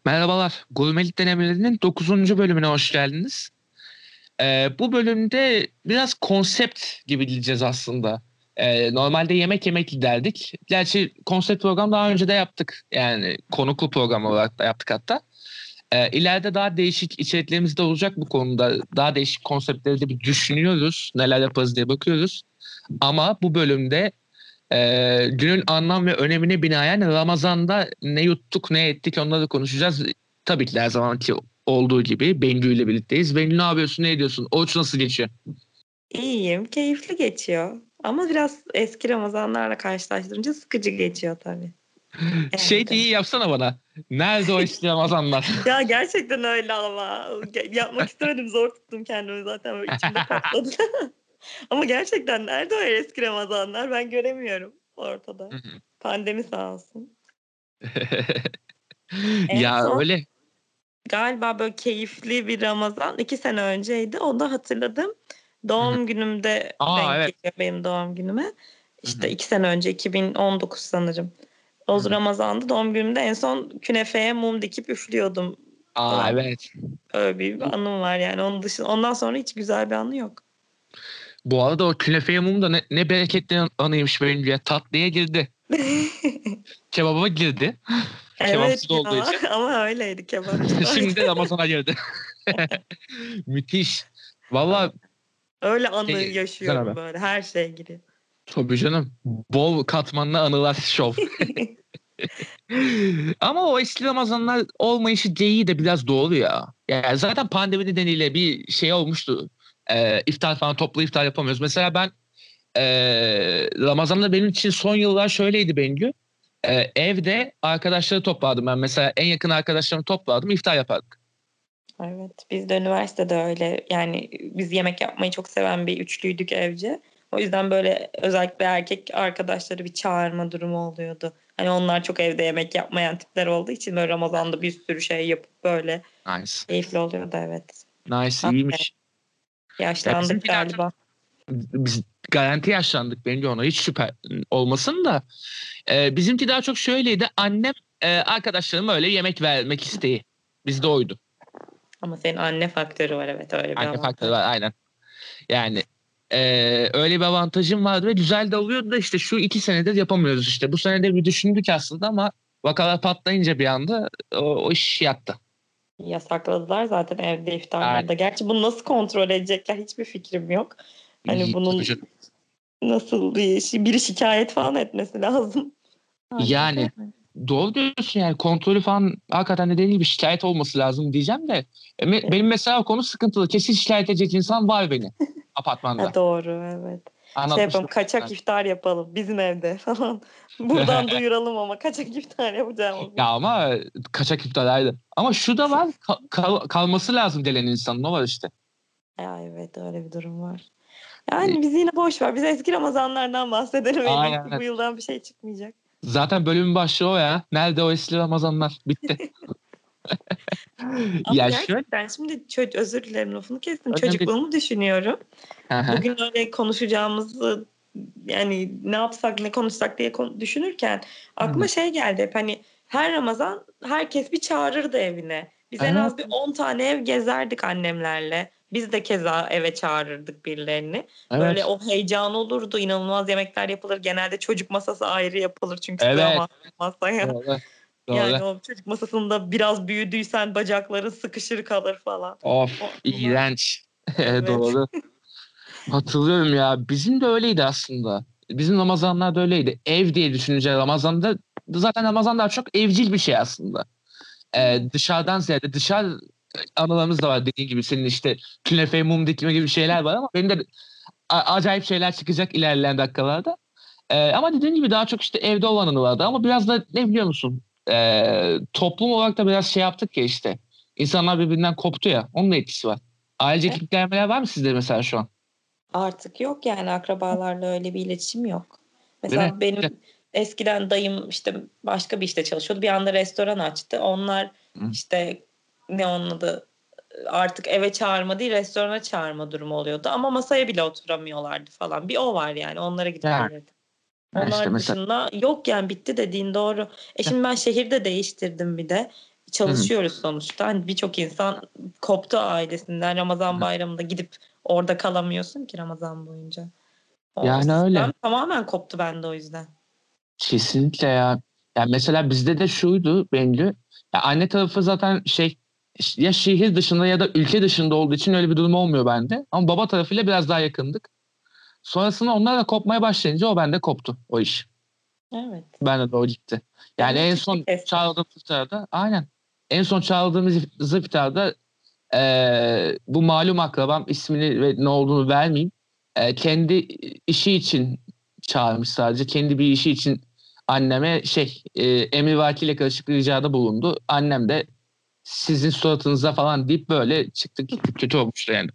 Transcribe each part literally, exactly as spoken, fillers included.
Merhabalar, Gurmelik Denemelerinin dokuzuncu bölümüne hoş geldiniz. Ee, bu bölümde biraz konsept gibi gideceğiz aslında. Ee, normalde yemek yemek derdik. Gerçi konsept program daha önce de yaptık. Yani konuklu program olarak da yaptık hatta. Ee, ileride daha değişik içeriklerimiz de olacak bu konuda. Daha değişik konseptleri de bir düşünüyoruz. Neler yaparız diye bakıyoruz. Ama bu bölümde ee, günün anlam ve önemine binaen Ramazan'da ne yuttuk ne ettik onları konuşacağız. Tabii ki her zamanki olduğu gibi Bengü ile birlikteyiz. Bengü ne yapıyorsun, ne ediyorsun? Oruç nasıl geçiyor? İyiyim, keyifli geçiyor. Ama biraz eski Ramazanlarla karşılaştırınca sıkıcı geçiyor tabii. Şey Evde. iyi yapsana bana. Nerede o eski Ramazanlar? Ya gerçekten öyle ama. Ge- Yapmak istemedim, zor tuttum kendimi zaten böyle içimde patladı. Ama gerçekten nerede o eski Ramazanlar? Ben göremiyorum ortada. Pandemi sağ olsun. En Ya son öyle. galiba böyle keyifli bir Ramazan iki sene önceydi. Onu da hatırladım. Doğum günümde Aa denk evet. geliyor benim doğum günüme. İşte iki sene önce iki bin on dokuz sanırım. O Ramazan'da doğum günümde en son künefeye mum dikip üflüyordum Aa falan. evet. Öyle bir anım var yani. Onun dışında, ondan sonra hiç güzel bir anı yok. Bu arada o künefe mum da ne, ne bereketli anıymış benim ya. Tatlıya girdi. Kebaba girdi. Evet Kebapsız ya, olduğu için. ama öyleydi, kebapçıdaydı. Şimdi de Ramazan'a girdi. Müthiş. Valla Öyle anı şey, güzel yaşıyorum abi. böyle, her şey giriyor. Tabii canım. Bol katmanlı anılar şov. Ama o eski Ramazanlar olmayışı geyiği de biraz doğru ya. Yani zaten pandemi nedeniyle bir şey olmuştu. Ee, iftar falan toplu iftar yapamıyoruz. Mesela ben ee, Ramazan'da benim için son yıllar şöyleydi Bengü. Ee, evde arkadaşları toplardım ben. Mesela en yakın arkadaşlarımı toplardım. İftar yapardık. Evet, biz de üniversitede öyle yani, biz yemek yapmayı çok seven bir üçlüydük evce. O yüzden böyle özellikle erkek arkadaşları bir çağırma durumu oluyordu. Hani onlar çok evde yemek yapmayan tipler olduğu için böyle Ramazan'da bir sürü şey yapıp böyle Nice. keyifli oluyordu, evet. Nice, Ah be, iyiymiş. Ya yaşlandık bizimki daha çok galiba. biz garanti yaşlandık bence ona hiç şüphe olmasın da. Ee, bizimki daha çok şöyleydi. Annem e, arkadaşlarıma öyle yemek vermek isteği. Bizde oydu. Ama senin anne faktörü var, evet, öyle bir Anne faktörü avantaj. var aynen. Yani e, öyle bir avantajım vardı ve güzel de oluyordu da işte şu iki senedir yapamıyoruz işte. Bu senede bir düşündük aslında ama vakalar patlayınca bir anda o, o iş yattı. Yasakladılar zaten evde Yani, iftarlarda. Gerçi bunu nasıl kontrol edecekler hiçbir fikrim yok. Hani tabii bunun canım. nasıl bir şey, biri şikayet falan etmesi lazım. Halbuki Yani doğru diyorsun yani kontrolü falan hakikaten dediğin gibi şikayet olması lazım diyeceğim de e, me- benim mesela o konu sıkıntılı. Kesin şikayet edecek insan var beni ha, apartmanda. doğru, evet. Şey yapalım, Anlatmıştım. kaçak iftar yapalım bizim evde falan. Buradan duyuralım ama kaçak iftar yapacağımızı. Ya ama kaçak iptalaydı. Ama şu da var ka- kal- kalması lazım gelen insanın o var işte. Ya evet, öyle bir durum var. E, Yani biz yine boş ver. Biz eski Ramazanlardan bahsedelim en iyisi. Aynen. Bu yıldan bir şey çıkmayacak. Zaten bölümün başlığı o ya. Nerede o eski Ramazanlar? Bitti. Ama Ya şöyle gerçekten şimdi çocuk, özür dilerim lafını kestim. önemli değil. Çocukluğumu düşünüyorum. Hı hı. Bugün öyle konuşacağımızı, yani ne yapsak ne konuşsak diye kon- düşünürken Hı hı. aklıma şey geldi hep, hani her Ramazan herkes bir çağırırdı evine. Biz en Evet. az bir on tane ev gezerdik annemlerle. Biz de keza eve çağırırdık birilerini. Böyle Evet. o heyecan olurdu. İnanılmaz yemekler yapılır. Genelde çocuk masası ayrı yapılır çünkü Evet. sığamaz masaya. Doğru. Doğru. Yani o çocuk masasında biraz büyüdüysen bacakların sıkışır kalır falan. O Of, anılar. iğrenç. Evet. Doğru. Hatırlıyorum ya. Bizim de öyleydi aslında. Bizim Ramazanlar da öyleydi. Ev diye düşününce Ramazan'da zaten Ramazan daha çok evcil bir şey aslında. Ee, Evet. dışarıdan ziyade dışarı anılarımız da var dediğin gibi senin işte künefe, mum dikme gibi şeyler var ama benim de a- acayip şeyler çıkacak ilerleyen dakikalarda. Ee, ama dediğin gibi daha çok işte evde olan anılardı ama biraz da ne biliyor musun? Ee, toplum olarak da biraz şey yaptık ya işte. İnsanlar birbirinden koptu ya. Onun da etkisi var. Ailecek Evet. gitgelmeler var mı sizde mesela şu an? Artık yok yani, akrabalarla öyle bir iletişim yok. Değil mi? Mesela benim eskiden dayım işte başka bir işte çalışıyordu. Bir anda restoran açtı. Onlar Hı. işte, ne onun adı, artık eve çağırma değil restorana çağırma durumu oluyordu. Ama masaya bile oturamıyorlardı falan. Bir o var yani, onlara gidip Yani gelirdim. ha işte Onlar mesela dışında yok yani, bitti dediğin doğru. E şimdi ben şehirde değiştirdim bir de. Hı. çalışıyoruz sonuçta. Hani birçok insan koptu ailesinden. Ramazan bayramında gidip orada kalamıyorsun ki Ramazan boyunca. O Yani sistem öyle. tamamen koptu bende o yüzden. Kesinlikle ya. Ya mesela bizde de şuydu Bengü. Ya anne tarafı zaten şey ya şehir dışında ya da ülke dışında olduğu için öyle bir durum olmuyor bende. Ama baba tarafıyla biraz daha yakındık. Sonrasında onlarla kopmaya başlayınca o bende koptu o iş. Evet. Bende de o gitti. Yani en Hızlıca son kesti. çağırdığımız iftarda aynen. En son çağırdığımız iftarda eee, bu malum akrabam ismini ve ne olduğunu vermeyeyim. Eee, kendi işi için çağırmış sadece. Kendi bir işi için anneme şey eee emrivakiyle karışık bir ricada bulundu. Annem de sizin suratınıza falan deyip böyle çıktık gittik. Kötü olmuştu yani.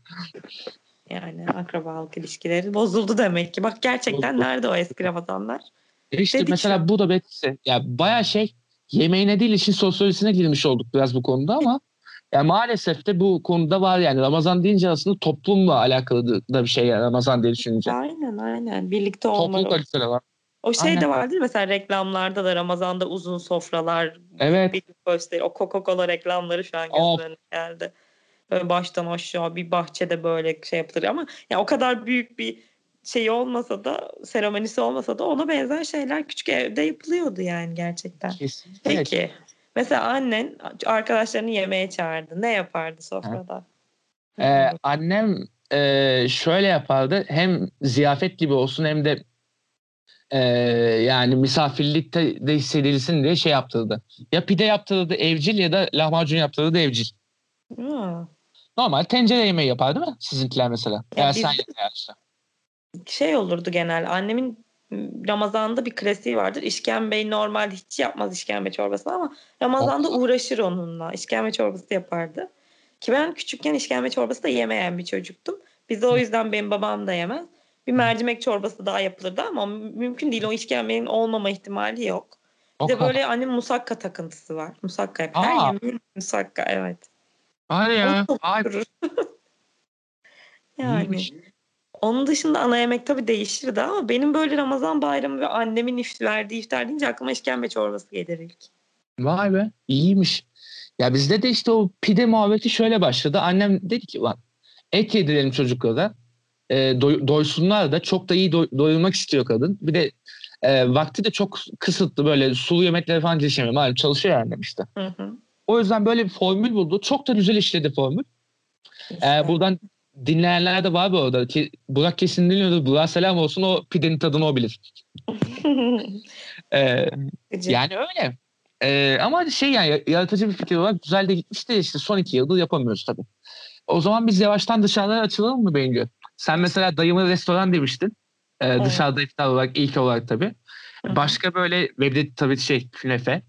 Yani akrabalık ilişkileri bozuldu demek ki. Bak gerçekten Bozdu. nerede o eski Ramazanlar? E işte Dedik şu mesela bu da betisi. Ya baya şey yemeğine değil işin sosyolojisine girmiş olduk biraz bu konuda ama ya maalesef de bu konuda var yani Ramazan deyince aslında toplumla alakalı da da bir şey yani Ramazan diye düşününce. aynen aynen birlikte Topluluk olmaları. kaliteli var. O şey Aynen. de vardır mesela reklamlarda da Ramazan'da uzun sofralar, büyük Evet. bir gösteri. O Coca-Cola reklamları şu an Of. gözümün önüne geldi. Böyle baştan aşağı bir bahçede böyle şey yapılır ama ya o kadar büyük bir şey olmasa da seremonisi olmasa da ona benzer şeyler küçük evde yapılıyordu yani gerçekten. Kesinlikle. Peki mesela annen arkadaşlarını yemeğe çağırdı. Ne yapardı Ha. sofrada? Ee, annem e, şöyle yapardı. Hem ziyafet gibi olsun hem de e, yani misafirlikte de hissedilsin diye şey yaptırdı. Ya pide yaptırdı evcil ya da lahmacun yaptırdı evcil. Ha. Normal tencere yemeği yapar değil mi? Sizinkiler mesela. Eğer Ya sen bizde yeterse. şey olurdu genel. Annemin Ramazan'da bir klasiği vardır. İşkembeyi normalde hiç yapmaz işkembe çorbasını ama Oh. Ramazan'da uğraşır onunla. İşkembe çorbası yapardı. Ki ben küçükken işkembe çorbası da yemeyen bir çocuktum. Biz de o yüzden benim babam da yemez. Bir mercimek çorbası daha yapılırdı ama mümkün değil. O işkembenin olmama ihtimali yok. Bir O de kadar. böyle annem musakka takıntısı var. Musakka hep. Her Aa, yemeğin musakka evet. hadi O ya. çok Ay, durur. Yani. iyiymiş. Onun dışında ana yemek tabii değişirdi ama benim böyle Ramazan bayramı ve annemin if verdiği iftar deyince aklıma işkembe çorbası gelir ilk. Vay be. İyiymiş. Ya bizde de işte o pide muhabbeti şöyle başladı. Annem dedi ki lan et yedirelim çocuklara. E, doy- doysunlar da çok da iyi doy- doyurmak istiyor kadın. Bir de e, vakti de çok kısıtlı böyle sulu yemekleri falan yetişemiyor. Malum çalışıyor ya annem işte. Hı hı. O yüzden böyle bir formül buldu. Çok da güzel işledi formül. E, İşte. buradan dinleyenler de var bu arada. Ki, Burak kesin dinliyordur. Burak'a selam olsun. O pidenin tadını o bilir. E, Gıcık. yani öyle. E, ama şey yani yaratıcı bir fikir olarak güzel de gitmiş de işte son iki yıldır yapamıyoruz tabii. O zaman biz yavaştan dışarılara açılalım mı Bengü? Sen mesela dayımın restoran demiştin. Ee, Evet. dışarıda iftar olarak ilk olarak tabii. Hı hı. Başka böyle ve bir de tabii şey künefe.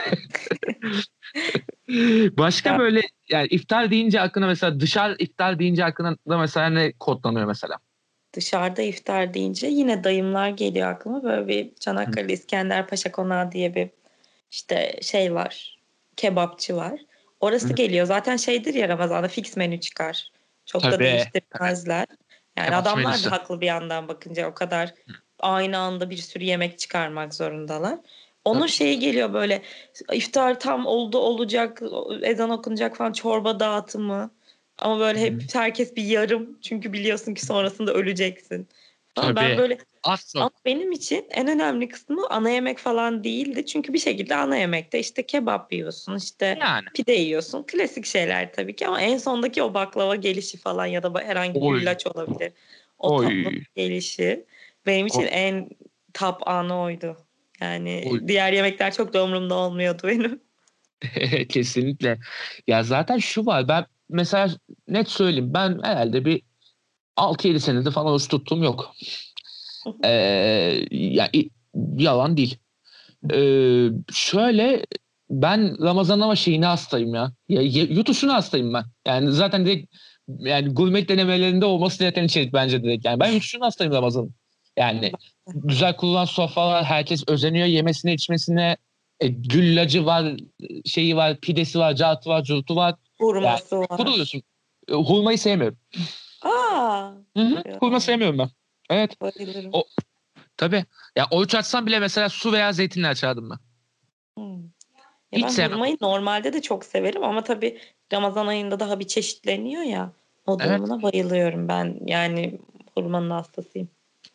Başka Ya böyle yani iftar deyince aklına mesela dışarı iftar deyince aklına da mesela ne kodlanıyor mesela? dışarıda iftar deyince yine dayımlar geliyor aklıma. Böyle bir Hı. Çanakkale İskenderpaşa Konağı diye bir işte şey var. Kebapçı var. Orası Hı. geliyor. Zaten şeydir ya Ramazan'da fix menü çıkar. Çok da Tabii. Tabii. değiştirmezler. Yani Kebapçı adamlar da menüsü. haklı bir yandan bakınca o kadar aynı anda bir sürü yemek çıkarmak zorundalar. Onun Tabii. şeyi geliyor böyle iftar tam oldu olacak ezan okunacak falan çorba dağıtımı. Ama böyle hep Hı. herkes bir yarım çünkü biliyorsun ki sonrasında öleceksin. Falan. Ben Tabii. böyle Az ama çok. benim için en önemli kısmı ana yemek falan değildi. Çünkü bir şekilde ana yemekte işte kebap yiyorsun, işte Yani. pide yiyorsun. Klasik şeyler tabii ki ama en sondaki o baklava gelişi falan ya da herhangi bir Oy. güllaç olabilir. O tatlı Oy. gelişi benim için Oy. en top anı oydu. Yani Oy. diğer yemekler çok da umurumda olmuyordu benim. Kesinlikle. Ya zaten şu var. Ben mesela net söyleyeyim. Ben herhalde bir altı yedi senedir falan oruç tuttuğum yok. Ee, ya, i- yalan değil. Ee, şöyle ben Ramazan ama şeyine hastayım ya. ya ye- yutuşuna hastayım ben. Yani zaten direkt yani gurme denemelerinde olması gereken içerik bence direkt. Yani ben yutuşuna hastayım Ramazan'ın. Yani güzel kurulan sofralar, herkes özeniyor yemesine içmesine. E, güllacı var, şeyi var, pidesi var, cahatı var, curtu var. Yani Hurması var. kuduruyorsun. E, hurmayı sevmiyorum. Aa, Hı hı, ya, hurma sevmiyorum ben. Evet. bayılırım. O, tabii. Ya oruç açsam bile mesela su veya zeytinle açardım ben. Hmm. Ya Hiç ben sevmem. hurmayı normalde de çok severim ama tabii Ramazan ayında daha bir çeşitleniyor ya. O Evet. durumuna bayılıyorum ben. Yani hurmanın hastasıyım.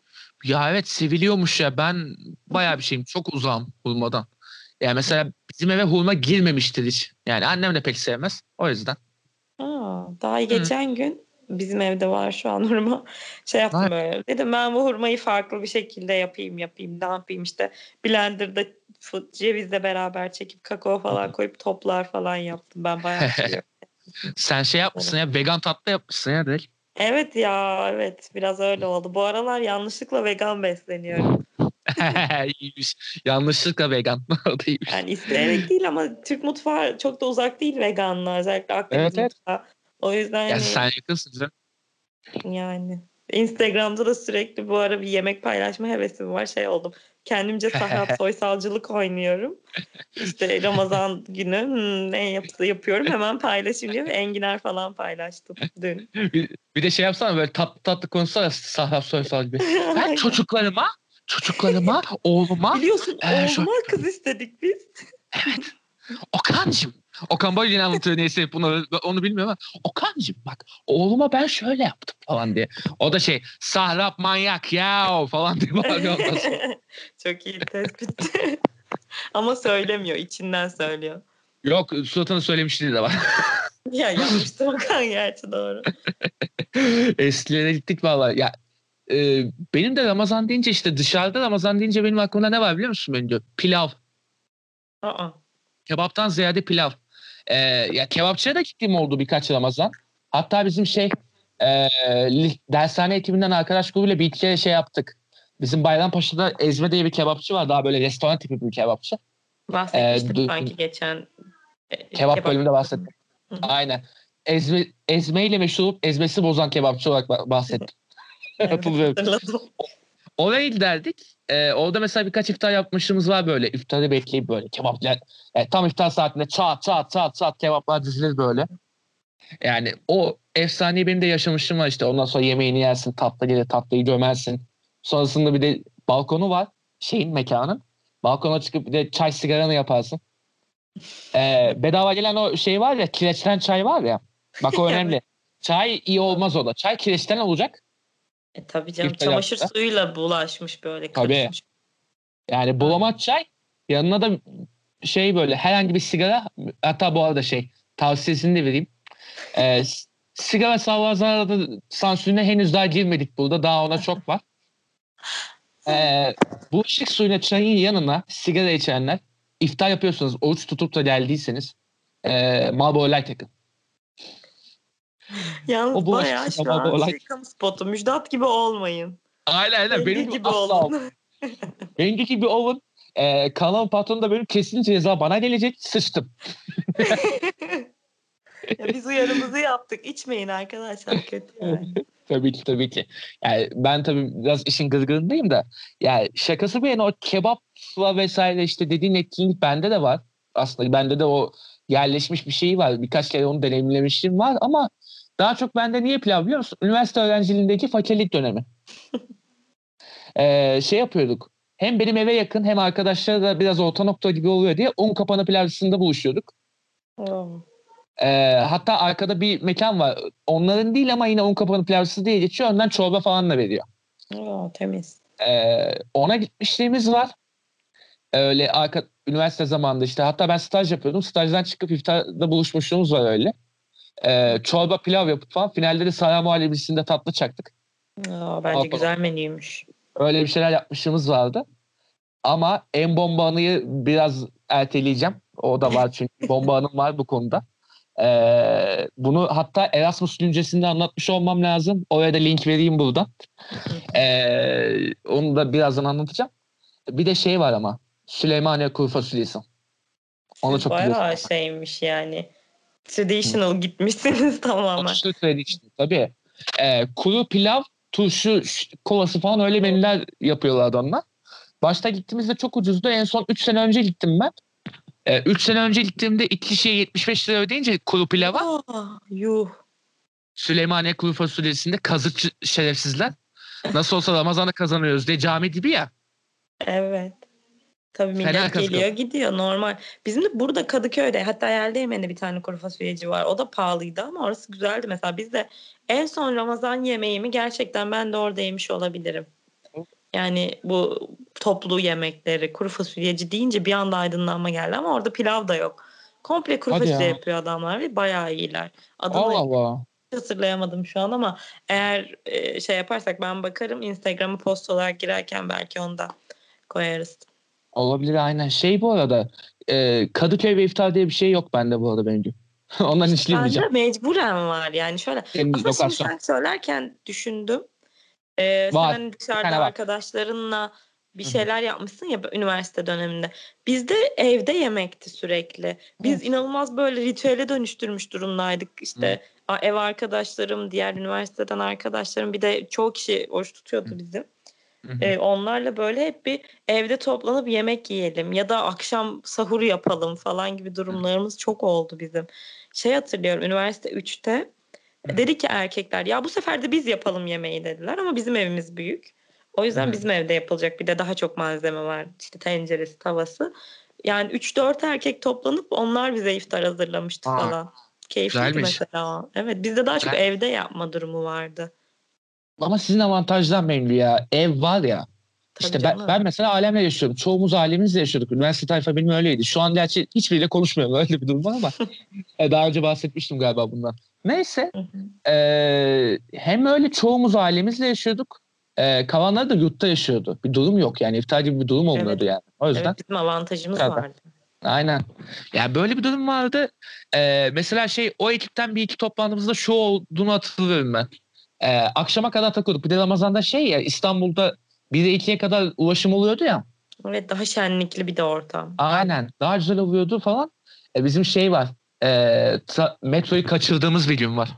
Ya evet, seviliyormuş ya. Ben bayağı bir şeyim. Çok uzağım hurmadan. Yani mesela bizim eve hurma girmemiştir hiç. Yani annem de pek sevmez. O yüzden. Aa, daha Hı. geçen gün bizim evde var şu an hurma. Şey Vay. yaptım böyle. Dedim ben bu hurmayı farklı bir şekilde yapayım yapayım. Ne yapayım işte. Blender'da fu- cevizle beraber çekip kakao falan koyup toplar falan yaptım. Ben bayağı seviyorum. Sen şey yapmışsın ya, vegan tatlı yapmışsın ya direkt. Evet ya, evet, biraz öyle oldu. Bu aralar yanlışlıkla vegan besleniyorum. İyiymiş. Yanlışlıkla vegan. O da iyiymiş. Yani isteyerek değil ama Türk mutfağı çok da uzak değil veganlığa. Özellikle Akdeniz Evet evet. mutfağı. O yüzden Ya sen hani yakınsın canım. yani Instagram'da da sürekli bu ara bir yemek paylaşma hevesim var. Şey oldum. Kendimce Sahrap Soysalcılık oynuyorum. İşte Ramazan günü hmm, ne yap yapıyorum hemen paylaşayım diye enginar falan paylaştım dün. Bir, bir de şey yapsana, böyle tatlı tatlı konuşsana Sahra Soysal gibi. Ben Aynen. çocuklarıma, çocuklarıma, oğluma Biliyorsun e, şöyle, oğluma kız istedik biz. Okan'cığım. Okan böyle yine anlatıyor, neyse bunu, onu bilmiyorum ama Okan'cığım bak, oğluma ben şöyle yaptım falan diye. O da şey, Sahrap manyak ya falan diye bağırıyor ondan sonra. Çok iyi tespit. Ama söylemiyor, içinden söylüyor. Yok, suratını söylemişliği de var. Ya yapmıştır Okan gerçi doğru. Eskilere gittik vallahi. Ya e, benim de Ramazan deyince, işte dışarıda Ramazan deyince benim aklımda ne var biliyor musun benim? Pilav. Aa. Kebaptan ziyade pilav. Ee, ya kebapçıya da gittiğim oldu birkaç Ramazan. Hatta bizim şey e, li- dershane ekibinden arkadaş grubuyla bir iki kere şey yaptık. Bizim Bayrampaşa'da Ezme diye bir kebapçı var. Daha böyle restoran tipi bir kebapçı. Ee, Bahsetmiştim du- sanki geçen e, kebap kebap. bölümünde bahsettim. Hı hı. Aynen. Ezme, ezme ile meşhur olup ezmesi bozan kebapçı olarak bah- bahsettim. Evet, Hatırlıyorum. hatırladım. Oraya giderdik. Ee, orada mesela birkaç iftar yapmışlığımız var böyle. İftarı bekleyip böyle kebaplar. Yani tam iftar saatinde çat çat çat çat kebaplar dizilir böyle. Yani o efsaneyi benim de yaşamışım var işte. Ondan sonra yemeğini yersin, tatlı gelir, tatlıyı gömersin. Sonrasında bir de balkonu var şeyin, mekanın. Balkona çıkıp bir de çay sigaranı yaparsın. Ee, bedava gelen o şey var ya, kireçten çay var ya. Bak o Evet. önemli. Çay iyi olmaz o da. Çay kireçten olacak E, tabii canım, iftar çamaşır yaptığında. suyuyla bulaşmış böyle Tabii. karışmış. Yani Ha. bulamaç çay, yanına da şey böyle herhangi bir sigara, hatta bu arada şey tavsiyesini de vereyim. Ee, s- sigara savazlara da sansürüne henüz daha girmedik burada. Daha ona çok var. Ee, bu ışık suyuna çayın yanına sigara içenler, iftar yapıyorsanız, oruç tutup da geldiyseniz ee, Marlboro Light yakın. O Yalnız bayağı bulaşıksız şu an Marlboro şey, Light. kamu spotu. Müjdat gibi olmayın. Aynen aynen. Benim Bengi gibi gibi asla olmaz. olun. Benimki bir ovun. Ee, kanal patronu da benim, kesinlikle ceza bana gelecek. Sıçtım. Ya biz uyarımızı yaptık. İçmeyin arkadaşlar, kötü yani. Tabii ki tabii ki. Yani ben tabii biraz işin gırgırındayım da. Yani şakası bir yana, o kebapla vesaire işte dediğin etkinlik bende de var. Aslında bende de o yerleşmiş bir şey var. Birkaç kere onu deneyimlemiştim var ama daha çok bende niye pilav biliyor musun? Üniversite öğrenciliğindeki fakirlik dönemi. Ee, şey yapıyorduk. Hem benim eve yakın hem arkadaşlar da biraz orta nokta gibi oluyor diye un kapanı pilavcısında buluşuyorduk. Oo. Ee, hatta arkada bir mekan var. Onların değil ama yine un kapanı pilavcısı diye geçiyor. Önden çorba falan da veriyor. Oo, temiz. Ee, ona gitmişliğimiz var. Öyle arka, üniversite zamanında işte, hatta ben staj yapıyordum. Stajdan çıkıp iftarda buluşmuşluğumuz var öyle. Ee, çorba pilav yapıp falan. Finalde de Sara Muhallebisi'nde tatlı çaktık. Aa, bence Balkon. güzel menüymüş. Öyle bir şeyler yapmışlığımız vardı. Ama en bomba anıyı biraz erteleyeceğim. O da var çünkü bomba anım var bu konuda. Ee, bunu hatta Erasmus güncesinde anlatmış olmam lazım. Oraya da link vereyim buradan. Ee, onu da birazdan anlatacağım. Bir de şey var ama, Süleymaniye kuru fasulyesi. Onu Siz çok biliyorsun. bayağı şeymiş yani. Traditional gitmişsiniz tamamen. Aşırı traditional tabii. Ee, kuru pilav, turşu, ş- kovası falan, öyle menüler yapıyorlardı onlar. Başta gittiğimizde çok ucuzdu. En son üç sene önce gittim ben. üç sene önce gittiğimde iki kişiye yetmiş beş lira ödeyince kuru pilava, Aa, yuh. Süleymaniye kuru fasulyesinde kazık şerefsizler. Nasıl olsa Ramazan'da kazanıyoruz diye, cami dibi ya. Evet. Tabii Fena millet kazık. geliyor gidiyor normal. Bizim de burada Kadıköy'de hatta Yerleyemen'de bir tane kuru fasulyeci var. O da pahalıydı ama orası güzeldi. Mesela biz de en son Ramazan yemeğimi gerçekten ben de orada yemiş olabilirim. Yani bu toplu yemekleri kuru fasulyeci deyince bir anda aydınlanma geldi ama orada pilav da yok. Komple kuru Hadi fasulye ya. yapıyor adamlar ve bayağı iyiler. Allah Adını Allah. hatırlayamadım şu an ama eğer e, şey yaparsak ben bakarım Instagram'a post olarak girerken belki onu da koyarız. Olabilir aynen. Şey bu arada e, Kadıköy ve iftar diye bir şey yok bende bu arada benim. Ondan İşte hiç bende girmeyeceğim. mecburen var yani şöyle. Senin Aslında şimdi lokasyon. sen söylerken düşündüm. Ee, sen Var. hani Bir dışarıda tane var. arkadaşlarınla bir Hı hı. şeyler yapmışsın ya üniversite döneminde. Bizde evde yemekti sürekli. Biz Evet. inanılmaz böyle ritüele dönüştürmüş durumdaydık. Hı İşte a- ev arkadaşlarım, diğer üniversiteden arkadaşlarım bir de çoğu kişi oruç tutuyordu hı. bizim. Hı hı. Ee, onlarla böyle hep bir evde toplanıp yemek yiyelim ya da akşam sahur yapalım falan gibi durumlarımız çok oldu bizim. Şey hatırlıyorum üniversite üçte Hı hı. dedi ki erkekler ya bu sefer de biz yapalım yemeği dediler ama bizim evimiz büyük. O Hı yüzden hı. bizim evde yapılacak bir de daha çok malzeme var. İşte tenceresi, tavası. Yani üç dört erkek toplanıp onlar bize iftar hazırlamıştı Aa, falan. Keyifliydi güzelmiş. mesela o. Evet bizde daha çok Güzel. evde yapma durumu vardı. Ama sizin avantajdan memnun ya. Ev var ya. Tabii İşte ben, canım. ben mesela alemle yaşıyorum. Çoğumuz ailemizle yaşıyorduk. Üniversite tayfa benim öyleydi. Şu an gerçi hiçbiriyle konuşmuyorum. Öyle bir durum var ama e, daha önce bahsetmiştim galiba bundan. Neyse. Hı hı. e, hem öyle çoğumuz ailemizle yaşıyorduk. E, kalanlar da yurtta yaşıyordu. Bir durum yok yani. İftar gibi bir durum olmuyordu Evet. yani. O yüzden. Evet bizim avantajımız Dışarıda. vardı. Aynen. Yani böyle bir durum vardı. E, mesela şey o ekipten bir iki toplandığımızda şu olduğunu hatırlıyorum ben. E, akşama kadar takıyorduk. Bir de Ramazan'da şey ya İstanbul'da bire ikiye kadar ulaşım oluyordu ya. Evet daha şenlikli bir de ortam. Aynen. Daha güzel oluyordu falan. E, bizim şey var. E, tra- metroyu kaçırdığımız bir gün var.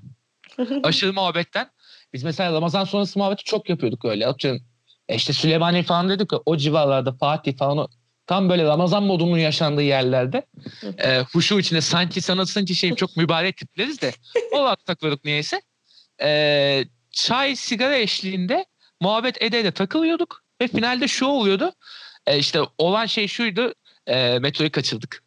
Aşırı muhabbetten. Biz mesela Ramazan sonrası muhabbeti çok yapıyorduk öyle. Atıyorum e işte Süleymaniye falan dedik ya o civarlarda Fatih falan o, tam böyle Ramazan modunun yaşandığı yerlerde e, huşu içinde sanki sanırsın ki şey çok mübarek tipleriz de o vakit takılıyorduk niyeyse. E, çay sigara eşliğinde muhabbet ede ede takılıyorduk ve finalde şu oluyordu. E, işte olan şey şuydu. E, metroyu kaçırdık.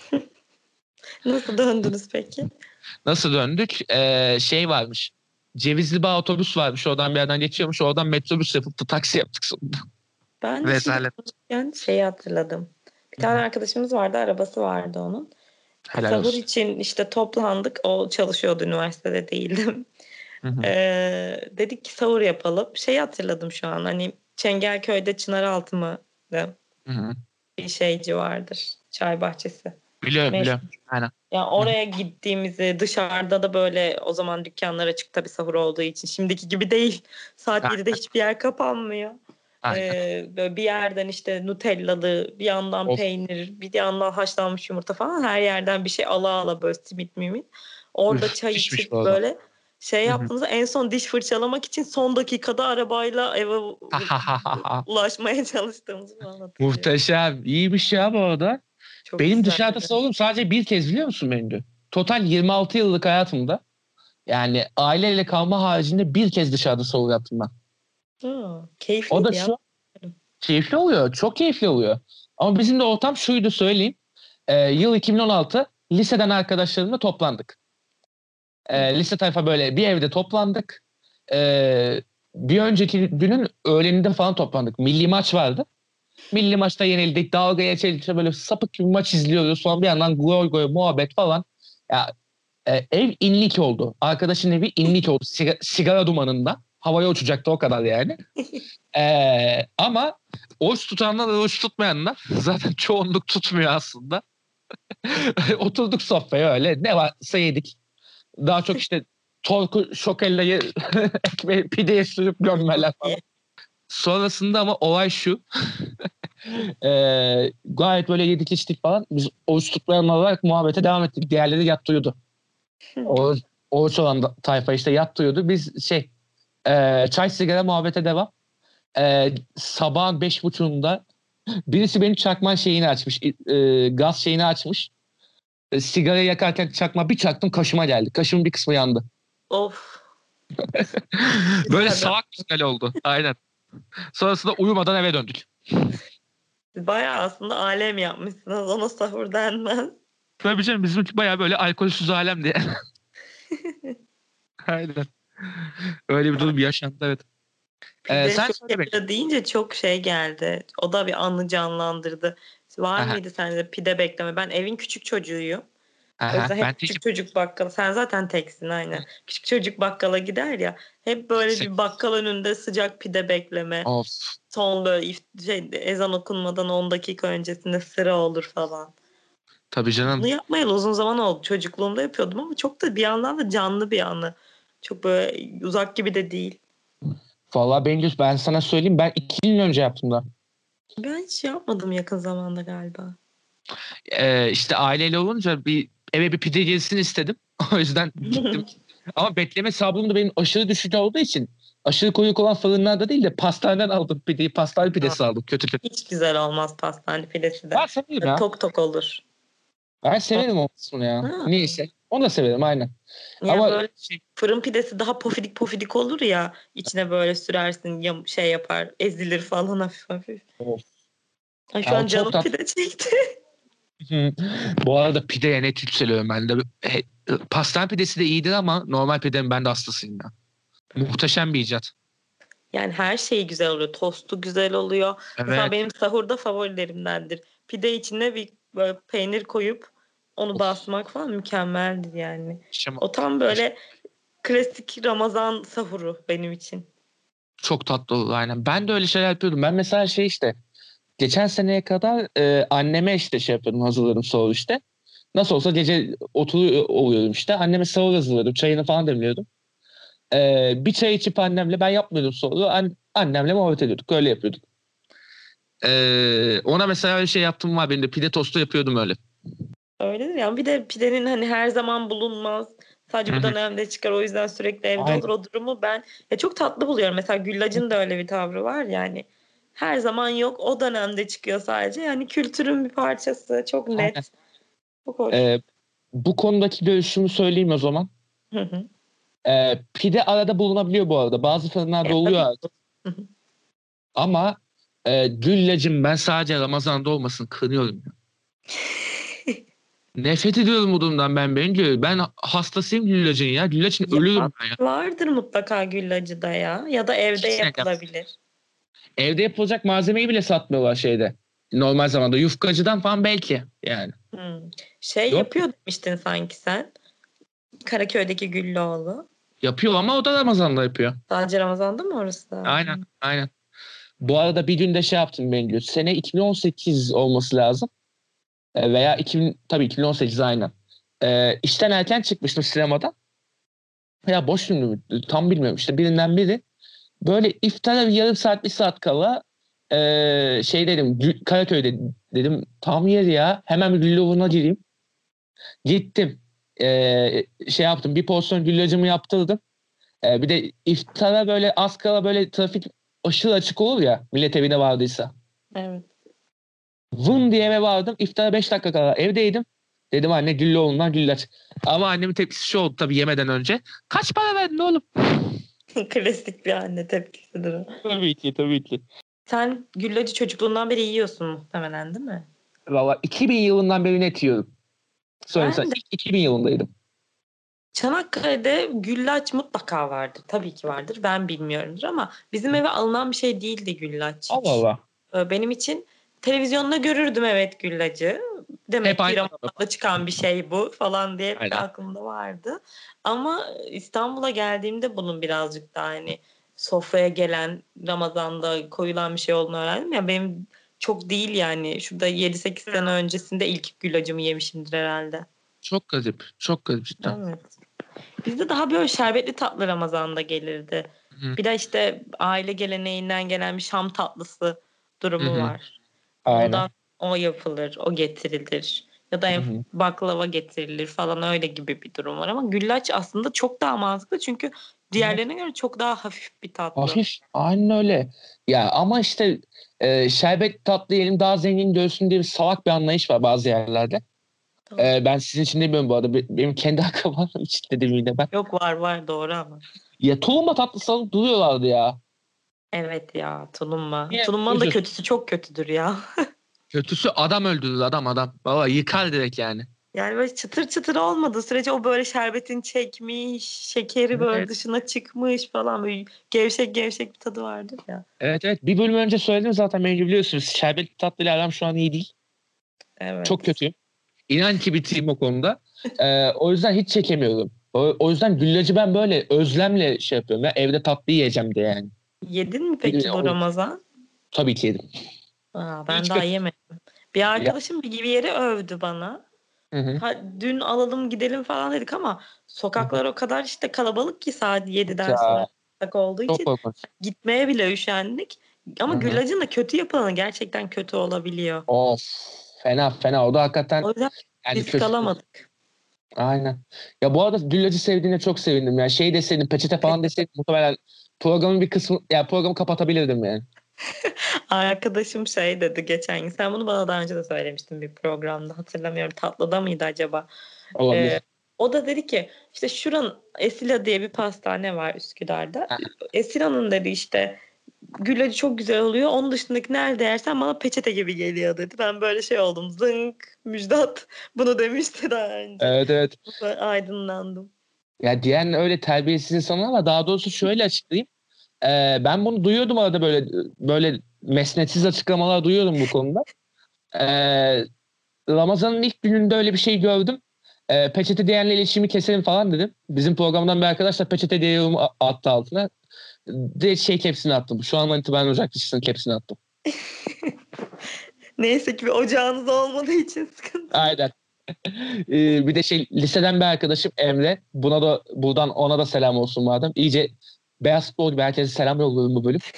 Nasıl döndünüz peki? Nasıl döndük? E, şey varmış. Cevizli Bağ otobüs varmış. Oradan bir yerden geçiyormuş. Oradan metrobüs yapıp da taksi yaptık sonunda. Ben de şimdi Rezalet. konuşurken şeyi hatırladım. Bir Hı hı. tane arkadaşımız vardı, arabası vardı onun. Helal Sahur olsun. için işte toplandık. O çalışıyordu, üniversitede değildim. Hı hı. Ee, dedik ki sahur yapalım. Şeyi hatırladım şu an. Hani Çengelköy'de Çınaraltı mı Hı hı. bir şeyci vardır. Çay bahçesi. Biliyorum biliyorum. Meşhur. Aynen. Yani Hı hı. oraya gittiğimizi dışarıda da böyle o zaman dükkanlar açık tabii sahur olduğu için. Şimdiki gibi değil. Saat yedide hiçbir yer kapanmıyor. Aynen. Ee, böyle bir yerden işte Nutellalı, bir yandan Of. peynir, bir yandan haşlanmış yumurta falan her yerden bir şey ala ala böyle simit mimit. Orada Üf. çay Pişmiş içip bu arada. böyle şey Hı hı. yaptığımızda en son diş fırçalamak için son dakikada arabayla eve Ha ha ha ha ha. ulaşmaya çalıştığımızı falan hatırlıyorum. Muhteşem. İyiymiş ya bu arada. Çok Benim dışarıda güzeldi. sahurum sadece bir kez biliyor musun benim? Total yirmi altı yıllık hayatımda. Yani aileyle kalma haricinde bir kez dışarıda sahur yaptım ben. Hı, O da keyifliydi ya. şu keyifli oluyor. Çok keyifli oluyor. Ama bizim de ortam şuydu söyleyeyim. Ee, yıl iki bin on altı liseden arkadaşlarımla toplandık. Hı. Ee, lise tayfa böyle bir evde toplandık. Ee, bir önceki günün öğleninde falan toplandık. Milli maç vardı. Milli maçta yenildik. Dalga geçe geçe böyle sapık gibi maç izliyoruz. Sonra bir yandan goy goy muhabbet falan. Ya, e, ev inlik oldu. Arkadaşın evi inlik oldu. Sigara, sigara dumanında. Havaya uçacaktı o kadar yani. Ee, ama oruç tutanlar ve oruç tutmayanlar zaten çoğunluk tutmuyor aslında. Oturduk sofraya öyle ne varsa yedik. Daha çok işte torku şokellayı ekmeği pideye sürüp gömmeler Çok falan. iyi. Sonrasında ama olay şu. e, gayet böyle yedik içtik falan. Biz oruç tutmayan olarak muhabbete devam ettik. Diğerleri yattı uyudu. O, oruç olan da, tayfa işte yattı uyudu. Biz şey e, çay sigara muhabbete devam. E, sabahın beş buçuğunda birisi benim çakma şeyini açmış. E, gaz şeyini açmış. E, sigarayı yakarken çakma bir çaktım kaşıma geldi. Kaşımın bir kısmı yandı. Of. Böyle Güzel bir salak güzel oldu. Aynen. Sonrasında uyumadan eve döndük. Bayağı aslında alem yapmışsınız. Ona sahur denmez. Tabii canım, bizimki bayağı böyle alkolsüz alemdi. Aynen. Öyle bir durum yaşandı, evet. Ee, Pide sen çok söyle bakayım. yapıyor deyince çok şey geldi. O da bir anı canlandırdı. Var Aha, mıydı sende de pide bekleme? Ben evin küçük çocuğuyum. O aha. yüzden Ben hep tekim. küçük çocuk bakkala. Sen zaten teksin aynen. Küçük çocuk bakkala gider ya. Hep böyle bir bakkal önünde sıcak pide bekleme. Of. Son böyle if- şey, ezan okunmadan on dakika öncesinde sıra olur falan. Tabii Bunu canım. yapmayalı uzun zaman oldu. Çocukluğumda yapıyordum ama çok da bir yandan da canlı bir anı. Çok böyle uzak gibi de değil. Vallahi Bengüs, ben sana söyleyeyim, ben iki yıl önce yaptım da. Ben hiç yapmadım yakın zamanda galiba. Ee, işte aileyle olunca bir eve bir pide gelsin istedim. O yüzden gittim. Ama bekleme sabrım da benim aşırı düşük olduğu için aşırı koyuk olan fırınlarda değil de pastaneden aldım pideyi. Pastane pidesi aldım. Kötü kötü. Hiç güzel olmaz pastane pidesi de. Ben severim ya. Tok tok olur. Ben severim o kısmını ya. Ha. Neyse. Onu da severim aynen. Ya Ama böyle şey, fırın pidesi daha pofidik pofidik olur ya. İçine böyle sürersin yam- şey yapar ezilir falan hafif hafif. of. Ay şu Ya o an çok canım tatlı. pide çekti. Hı. Bu arada pideye net yükseliyorum ben de. He, pastane pidesi de iyidir ama normal pidenin ben de hastasıyım ya. Muhteşem bir icat. Yani her şeyi güzel oluyor. Tostu güzel oluyor. Mesela Evet. benim sahurda favorilerimdendir. Pide içine bir böyle peynir koyup onu Of. basmak falan mükemmeldir yani. Şama- O tam böyle klasik Ramazan sahuru benim için. Çok tatlı olur aynen. Ben de öyle şeyler yapıyordum. Ben mesela şey işte geçen seneye kadar e, anneme işte şey yapıyordum, hazırladım sahur işte. Nasıl olsa gece oturuyor oluyordum işte. Anneme sahur hazırlıyordum. Çayını falan demliyordum. E, bir çay içip annemle, ben yapmıyordum sahuru. An, annemle muhabbet ediyorduk. Öyle yapıyorduk. E, ona mesela öyle şey yaptım var benim de. Pide tostu yapıyordum öyle. Öyledir ya. Bir de pidenin hani her zaman bulunmaz. Hı Sadece bu hı. dönemde çıkar. O yüzden sürekli evde Aynen. olur. O durumu ben ya çok tatlı buluyorum. Mesela Güllac'ın da öyle bir tavrı var yani. Her zaman yok. O dönemde çıkıyor sadece. Yani kültürün bir parçası. Çok Aynen. net. Çok hoş. E, bu konudaki görüşümü söyleyeyim o zaman. Hı hı. E, pide arada bulunabiliyor bu arada. Bazı fırınlarda Ya oluyor tabii. artık. Hı hı. Ama e, güllacım ben sadece Ramazan'da olmasın kınıyorum. Nefret ediyorum bu durumdan ben Bengü. Ben hastasıyım güllacın ya. Güllaçın Ya ölürüm ben ya. vardır mutlaka Güllacı'da ya. Ya da evde Kesinlikle. yapılabilir. Evde yapılacak malzemeyi bile satmıyorlar şeyde. Normal zamanda. Yufkacıdan falan belki yani. Hmm. Şey Yok. yapıyor demiştin sanki sen. Karaköy'deki Güllüoğlu. Yapıyor ama o da Ramazan'da yapıyor. Sadece Ramazan'da mı orası da? Aynen. Aynen. Bu arada bir günde şey yaptım Bengü. Sene iki bin on sekiz olması lazım. E, veya iki bin, tabii iki bin on sekiz aynen. E, işten erken çıkmıştım sinemadan. Ya boş filmdi mi? Tam bilmiyorum işte birinden biri. Böyle iftara bir yarım saat bir saat kala eee, şey dedim Gü- Karaköy'de dedim tam yer ya, hemen bir Güllüoğlu'na gireyim. Gittim. Eee, şey yaptım, bir porsiyon güllacımı yaptırdım. Eee, bir de iftara böyle az kala böyle trafik aşırı açık olur ya, millet evine vardıysa. Evet. Vın diye eve vardım, iftara beş dakika kala evdeydim. Dedim anne Güllüoğlu'ndan güllaç. Ama annemin tepkisi şu oldu tabii yemeden önce. Kaç para verdin oğlum? Klasik bir anne tepkisidir o. Tabii ki tabii ki. Sen güllacı çocukluğundan beri yiyorsun muhtemelen değil mi? Valla iki bin yılından beri net yiyorum. Söyleyeyim sana. Ben de İlk iki bin yılındaydım. Çanakkale'de güllaç mutlaka vardır. Tabii ki vardır. Ben bilmiyorumdur ama bizim eve alınan bir şey değildi güllaç Allah hiç. Allah. Ee, Benim için televizyonda görürdüm evet güllacı. Hep Demek ki aynı adam. Ramazan'da çıkan bir şey bu falan diye hep bir Aynen. aklımda vardı. Ama İstanbul'a geldiğimde bunun birazcık daha hani sofraya gelen Ramazan'da koyulan bir şey olduğunu öğrendim. Ya benim çok değil yani. Şurada yedi sekiz sene öncesinde ilk güllacımı yemişimdir herhalde. Çok garip. Çok garip cidden. Evet. Bizde daha böyle şerbetli tatlı Ramazan'da gelirdi. Hı Bir de işte aile geleneğinden gelen bir Şam tatlısı hı. durumu Hı. var. Aynen. Oradan o yapılır, o getirilir. Ya da Hı en hı. baklava getirilir falan öyle gibi bir durum var. Ama güllaç aslında çok daha mantıklı çünkü Evet. diğerlerine göre çok daha hafif bir tatlı. Hafif. Aynen öyle. Ya ama işte e, şerbet tatlı yiyelim daha zengin görsün diye bir salak bir anlayış var bazı yerlerde. Tamam. E, ben sizin için demiyorum bu arada. Be- Benim kendi akrabalarım için dedim yine ben. Yok var var doğru ama. Ya tulumba tatlısı alıp duruyorlardı ya. Evet ya tulumba. Niye? Tulumbanın da Ucuz. kötüsü çok kötüdür ya. Kötüsü adam öldürdü, adam adam. Baba yıkar direkt yani. Yani böyle çıtır çıtır olmadığı sürece o böyle şerbetin çekmiş, şekeri böyle Evet. dışına çıkmış falan, böyle gevşek gevşek bir tadı vardır ya. Evet evet. Bir bölüm önce söyledim zaten, beni biliyorsunuz. Şerbetli tatlıyla aram şu an iyi değil. Çok Evet. kötüyüm. İnan ki biteyim o konuda. Ee, o yüzden hiç çekemiyorum. O, o yüzden güllacı ben böyle özlemle şey yapıyorum. Ya, evde tatlı yiyeceğim diye yani. Yedin mi Bir de peki bu o- Ramazan? tabii ki yedim. Aa, ben Hiç daha kötü. yemedim. Bir Ya. arkadaşım bir gibi yeri övdü bana. Hı hı. Ha, dün alalım gidelim falan dedik ama Hı hı. sokaklar o kadar işte kalabalık ki saat yediden sonra Ya, yasak olduğu çok için korkunç. gitmeye bile üşendik. Hı Ama hı. güllacın da kötü yapılanı gerçekten kötü olabiliyor. Of. Fena fena. O da hakikaten O yüzden yani risk kötü. alamadık. Aynen. Ya bu arada güllacı sevdiğine çok sevindim. Ya şey deseydin, peçete falan Peçete. deseydin muhtemelen programın bir kısmı, ya programı kapatabilirdim yani. Arkadaşım şey dedi geçen gün. Sen bunu bana daha önce de söylemiştin bir programda. Hatırlamıyorum. Tatlıda mıydı acaba? Ee, Olabilir. o da dedi ki işte şuranın Esila diye bir pastane var Üsküdar'da. Aha. Esila'nın dedi işte güllacı çok güzel oluyor. Onun dışındaki nerede yersen bana peçete gibi geliyor dedi. Ben böyle şey oldum. Zınk. Müjdat bunu demişti daha önce. Evet evet. Aydınlandım. Ya diyen öyle terbiyesiz insanlar, ama daha doğrusu şöyle açıklayayım. Ee, ben bunu duyuyordum arada, böyle böyle mesnetsiz açıklamalar duyuyordum bu konuda. Ee, Ramazan'ın ilk gününde öyle bir şey gördüm. Ee, peçete diyenle iletişimi keselim falan dedim. Bizim programdan bir arkadaş da peçete diye yorum a- attı altına. Direkt şey kepsini attım. Şu an itibaren Ocak dışısının kepsini attım. Neyse ki bir ocağınız olmadığı için sıkıntı yok. Aynen. Ee, bir de şey, liseden bir arkadaşım Emre. Buna da buradan ona da selam olsun madem. İyice beyaz futbol gibi herkese selam yolluyorum bu bölüm.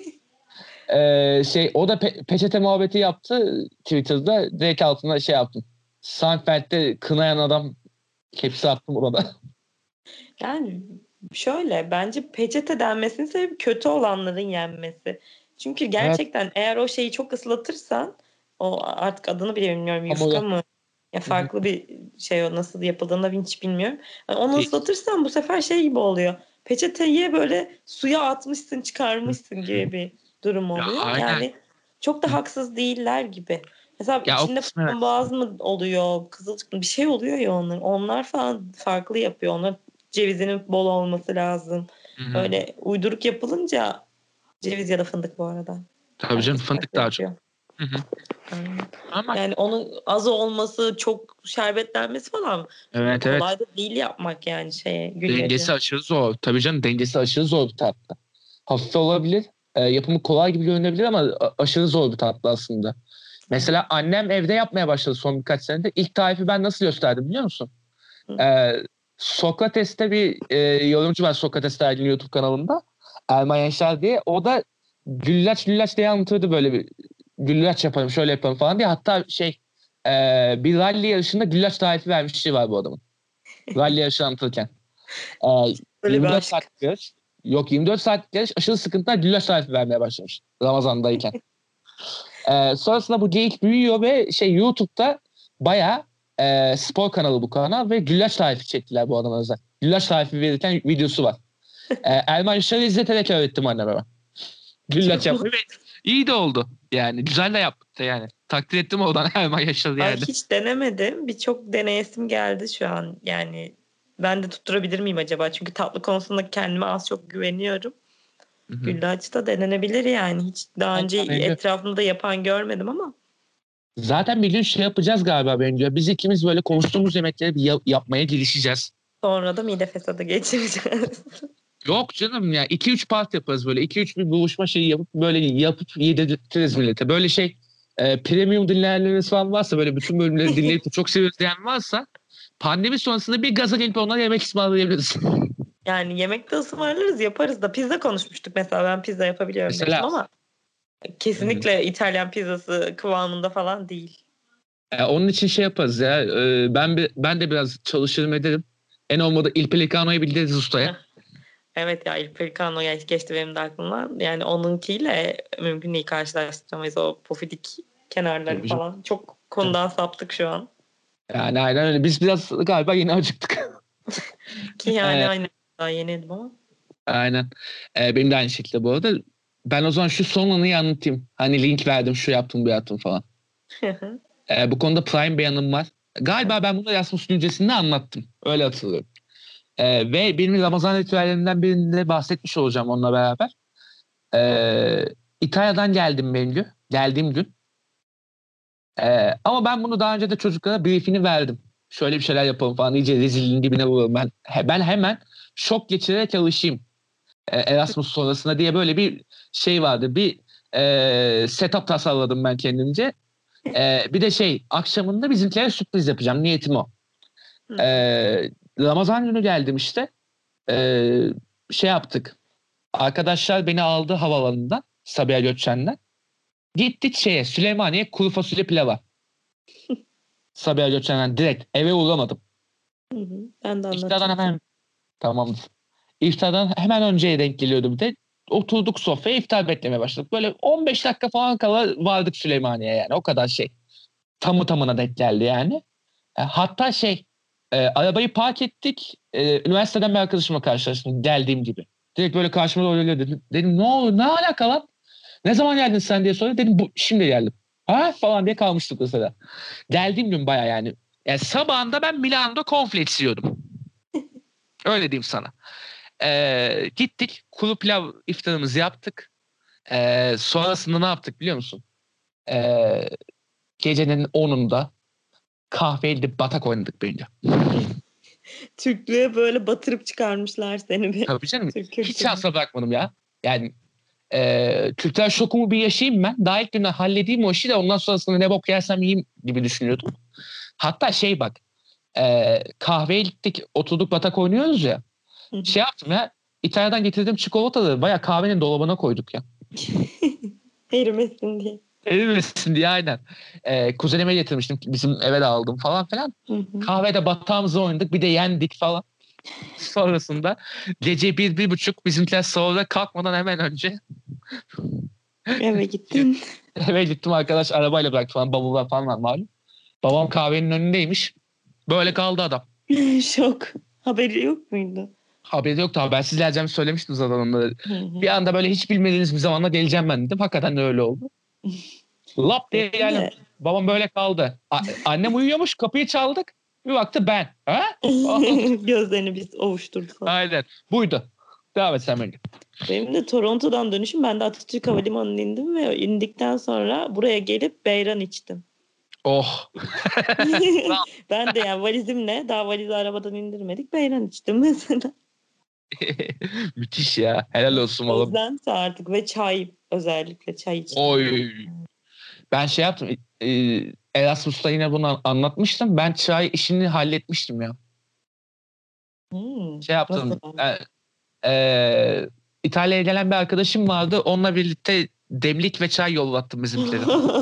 Ee, şey o da pe- peçete muhabbeti yaptı Twitter'da. Direkt altına şey yaptım. Seinfeld'de kınayan adam hepsi attım orada. Yani şöyle bence peçete denmesinin sebebi kötü olanların yenmesi. Çünkü Evet. gerçekten eğer o şeyi çok ıslatırsan, o artık adını bile bilmiyorum, yufka Hamuru. mı ya Hı hı. farklı bir şey, o nasıl yapıldığını da hiç bilmiyorum. Yani onu Değil. ıslatırsan bu sefer şey gibi oluyor. Peçeteyi böyle suya atmışsın Hı. çıkarmışsın gibi bir durum Ya oluyor. aynen. Yani çok da Hı. haksız değiller gibi. Mesela Ya o içinde kısmı evet. frambuaz mı oluyor, kızılcık mı bir şey oluyor ya onlar. Onlar falan farklı yapıyor. Onlar cevizinin bol olması lazım. Hı hı. Öyle uyduruk yapılınca, ceviz ya da fındık bu arada. Tabii canım, Herkes fındık farklı daha çok. yapıyor. Hı hı. Aynen. Ama Yani onun az olması, çok şerbetlenmesi falan evet evet. kolay da değil yapmak yani şeye güllacı. Dengesi aşırı zor. Tabii canım, dengesi aşırı zor bir tatlı. Hafif olabilir. E, yapımı kolay gibi görünebilir ama a- aşırı zor bir tatlı aslında. Evet. Mesela annem evde yapmaya başladı son birkaç senede. İlk tarifi ben nasıl gösterdim biliyor musun? Hı. Ee, Sokrates'te bir e, yorumcu var, Sokrates Dergi'nin YouTube kanalında. Erman Yaşar diye. O da güllaç güllaç diye anlatırdı, böyle bir güllaç yapalım şöyle yapalım falan diye. Hatta şey, e, bir rally yarışında güllaç tarifi vermişliği var bu adamın. Rally yarışı anlatırken. E, Böyle bir yirmi dört aşk. saatlik yarış. Yok, yirmi dört saatlik yarış, aşırı sıkıntılar, güllaç tarifi vermeye başlamış. Ramazan'dayken. Ee, sonrasında bu geyik büyüyor ve şey, YouTube'da bayağı e, spor kanalı bu kanal ve güllaç tarifi çektiler bu adama özel. Güllaç tarifi verirken videosu var. Ee, Erman Yaşar'ı izleterek öğrettim anneme ben. Güllaç yapmayı ve iyi de oldu. Yani güzel de yaptı yani. Takdir ettim oradan Erman Yaşar'ı Ay yani. hiç denemedim. Birçok deneyesim geldi şu an. Yani ben de tutturabilir miyim acaba? Çünkü tatlı konusunda kendime az çok güveniyorum. Hı hı. Güllaç da denenebilir yani. Hiç daha önce Vallahi bence. etrafımda yapan görmedim ama Zaten bir gün şey yapacağız galiba bence. Biz ikimiz böyle konuştuğumuz yemekleri bir yap- yapmaya girişeceğiz. sonra da mide fesadı geçireceğiz. Yok canım ya, iki üç part yaparız böyle. iki üç bir buluşma şeyi yapıp böyle yapıp yedirtiriz millete. Böyle şey, e, premium dinleyenleriniz falan varsa, böyle bütün bölümleri dinleyip de çok seviyoruz diyen varsa, pandemi sonrasında bir gaza gelip onlara yemek ısmarlayabiliriz. Yani yemekte ısmarlarız, yaparız da. Pizza konuşmuştuk mesela. Ben pizza yapabiliyorum demiştim Mesela ama hı hı. kesinlikle İtalyan pizzası kıvamında falan değil. E, onun için şey yaparız ya. E, ben bir, ben de biraz çalışırım ederim. En olmadı Il Pelicano'yu bildiririz ustaya. Heh. Evet ya, Il Pelicano ya geçti benim de aklımdan. Yani onunkiyle mümkün değil, karşılaştıramayız o pofidik kenarları Tabii canım. falan. Çok konudan saptık şu an. Yani aynen öyle. Biz biraz galiba yeni acıktık. Ki yani E, aynı daha yeni yedim ama. aynen. E, benim de aynı şekilde bu arada. Ben o zaman şu son anıyı anlatayım. Hani link verdim, şu yaptım bu yaptım falan. E, bu konuda prime bir yanım var. Galiba ben bunu Erasmus öncesinde anlattım. Öyle hatırlıyorum. E, ve benim Ramazan ritüellerinden birinde bahsetmiş olacağım onunla beraber. E, İtalya'dan geldim benim gün. Geldiğim gün. E, ama ben bunu daha önce de çocuklara briefini verdim. Şöyle bir şeyler yapalım falan. İyice rezilliğin dibine vururum ben. He, ben hemen şok geçirerek çalışayım. E, Erasmus sonrasında diye böyle bir şey vardı. Bir e, setup tasarladım ben kendimce. E, bir de şey akşamında bizimkilere sürpriz yapacağım. Niyetim o. E, Ramazan günü geldim işte. E, şey yaptık. Arkadaşlar beni aldı havaalanından. Sabiha Gökçen'den. Gittik şeye Süleymaniye kuru fasulye pilava. Sabiha Gökçen'den direkt eve uğramadım. Hı hı. Ben de İftardan anlatacağım. hemen tamamdır. İftardan hemen önceye denk geliyordu bir de. Oturduk sofraya iftar beklemeye başladık. Böyle on beş dakika falan kala vardık Süleymaniye'ye yani. O kadar şey. Tamı tamına denk geldi yani. E, hatta şey e, arabayı park ettik. E, üniversiteden bir arkadaşımla karşılaştım geldiğim gibi. Direkt böyle karşıma doğru geliyor dedim. Dedim ne oldu ne alaka lan? Ne zaman geldin sen diye soruyor. Dedim bu, şimdi geldim. Ha falan diye kalmıştık mesela. Geldiğim gün baya yani. Yani sabahında ben Milano'da cornflakes yiyordum. Öyle diyeyim sana. E, gittik kuru pilav iftarımızı yaptık. E, sonrasında ne yaptık biliyor musun? E, gecenin onunda kahveyle batak oynadık bence. Türklüğe böyle batırıp çıkarmışlar seni bir. Tabii canım. Türk Hiç kültürü. asla bırakmadım ya. Yani e, kültürel şokumu bir yaşayayım ben. Daha ilk günden halledeyim o işi de ondan sonrasında ne bok yersem yiyeyim gibi düşünüyordum. Hatta şey bak e, kahveye gittik oturduk batak oynuyoruz ya. Hı hı. Şey yaptım ya İtalya'dan getirdiğim çikolataları bayağı kahvenin dolabına koyduk ya. Erimesin diye. Erimesin diye aynen. E, kuzenime getirmiştim bizim eve de aldım falan filan. Hı hı. Kahvede batağımızı oynadık bir de yendik falan. Sonrasında gece bir, bir buçuk bizimkiler sahura kalkmadan hemen önce Eve gittin. eve gittim arkadaş arabayla bıraktı falan bavullar falan var malum. Babam kahvenin önündeymiş. Böyle kaldı adam. Şok. Haberi yok muydu? Haberi yoktu habersiz geleceğimi söylemiştim zaten onlara. Hı hı. Bir anda böyle hiç bilmediğiniz bir zamanda geleceğim ben dedim. Hakikaten de öyle oldu. Lap diye Benim geldim. de Babam böyle kaldı. A- annem uyuyormuş kapıyı çaldık. Bir baktı ben. Ha? gözlerini biz ovuşturdu falan. Aynen. Buydu. Devam et sen bence. Benim de Toronto'dan dönüşüm. Ben de Atatürk Havalimanı'na indim ve indikten sonra buraya gelip beyran içtim. Oh. Ben de yani valizimle daha valizi arabadan indirmedik. Beyran içtim mesela. Müthiş ya. Helal olsun oğlum. Özlenti artık ve çay özellikle çay içtim. Oy. Ben şey yaptım. E, Erasmus'ta yine bunu anlatmıştım. Ben çay işini halletmiştim ya. Hmm, Şey nasıl yaptım. yani? E, e, İtalya'ya gelen bir arkadaşım vardı. Onunla birlikte demlik ve çay yollattım bizimkilere.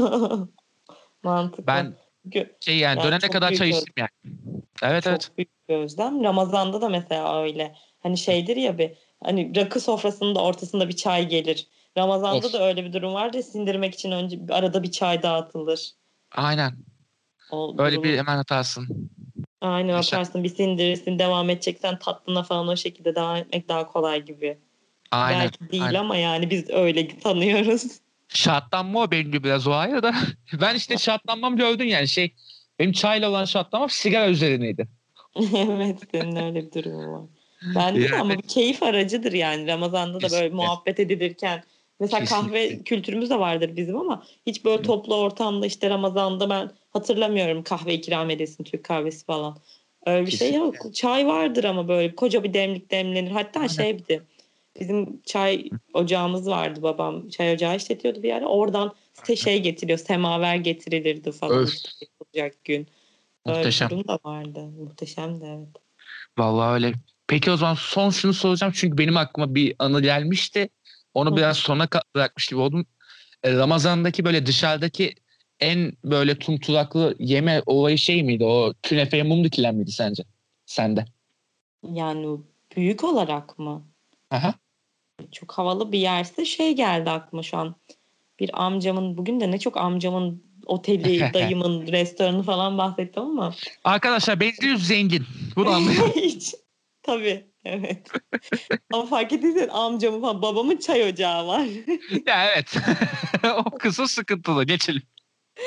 Mantıklı. Ben Çünkü şey yani yani dönene çok kadar büyük çay öz içtim yani. Evet evet. çok büyük bir özlem. Ramazan'da da mesela öyle. Hani şeydir ya bir hani rakı sofrasının da ortasında bir çay gelir. Ramazan'da Of. da öyle bir durum var ya sindirmek için önce arada bir çay dağıtılır. Aynen. O Öyle bir durumu hemen atarsın. aynen Yaşa. atarsın bir sindirirsin devam edeceksen tatlına falan o şekilde devam etmek daha kolay gibi. Aynen. Belki değil Aynen. ama yani biz öyle tanıyoruz. Şartlanma o benim gibi biraz o ayrı da. Ben işte şartlanmam gördün yani şey. Benim çayla olan şartlanmam sigara üzerineydi. Evet senin öyle bir durumun var. Bende de Yani ama bir keyif aracıdır yani. Ramazan'da da böyle kesinlikle. muhabbet edilirken mesela Kesinlikle. kahve kültürümüz de vardır bizim ama hiç böyle toplu ortamda işte Ramazan'da ben hatırlamıyorum kahve ikram edesin Türk kahvesi falan. Öyle bir şey Kesinlikle. yok. Çay vardır ama böyle koca bir demlik demlenir. Hatta Aynen. şey bir de bizim çay ocağımız vardı babam. Çay ocağı işletiyordu bir yere. Oradan işte şey getiriyor. Semaver getirilirdi falan Öf. iftar yapılacak gün. Öyle bir Muhteşem. durum da vardı. Muhteşem de evet. Vallahi öyle. Peki o zaman son şunu soracağım çünkü benim aklıma bir anı gelmişti. Onu Hı. biraz sona ka- bırakmış gibi oldum. E, Ramazan'daki böyle dışarıdaki en böyle tumturaklı yeme olayı şey miydi? O künefeye mum dikilen miydi sence? Sende. Yani büyük olarak mı? Aha. Çok havalı bir yerse şey geldi aklıma şu an. Bir amcamın bugün de ne çok amcamın oteli, dayımın restoranı falan bahsettim ama Arkadaşlar benziyoruz zengin. Bunu anlayın. hiç. Tabii evet. Ama fark ettiysen amcamın falan babamın çay ocağı var. Ya evet. O kısım sıkıntılı. Geçelim.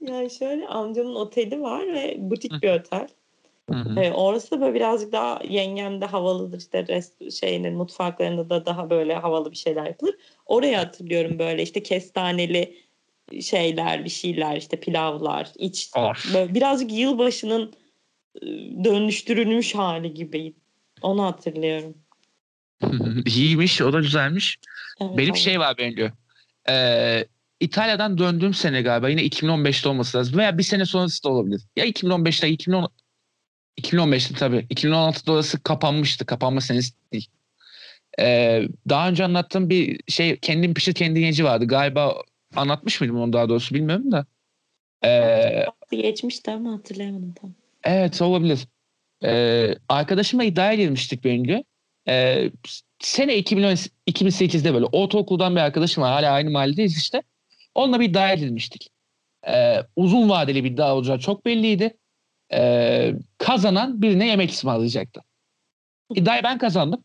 Yani şöyle amcamın oteli var ve Hı butik bir otel. hı. hı. Ee, orası da böyle birazcık daha yengem de havalıdır işte rest şeyinin mutfaklarında da daha böyle havalı bir şeyler yapılır. Orayı hatırlıyorum böyle işte kestaneli şeyler bir şeyler işte pilavlar iç Of. böyle birazcık yılbaşının e, dönüştürülmüş hali gibi. Onu hatırlıyorum. İyiymiş, o da güzelmiş. Evet Benim evet. şey var benim diyor. Ee, İtalya'dan döndüğüm sene galiba yine iki bin on beşte olması lazım. Veya bir sene sonrası da olabilir. Ya iki bin on beşte, iki bin on, iki bin on beşte tabii. iki bin on altıda orası kapanmıştı. Kapanma senesi değil. Ee, daha önce anlattığım bir şey kendin pişir kendin yeci vardı. Galiba anlatmış mıydım onu daha doğrusu bilmiyorum da. Ee, Geçmişti ama hatırlayamadım tam. evet olabilir. Ee, arkadaşımla iddiaya girmiştik bir önce. Ee, sene iki bin on, iki bin sekizde böyle ortaokuldan bir arkadaşım var. Hala aynı mahalledeyiz işte. Onunla bir iddiaya girmiştik. Ee, uzun vadeli bir iddia olacağı çok belliydi. Ee, kazanan birine yemek ısmarlayacaktı. İddiayı ben kazandım.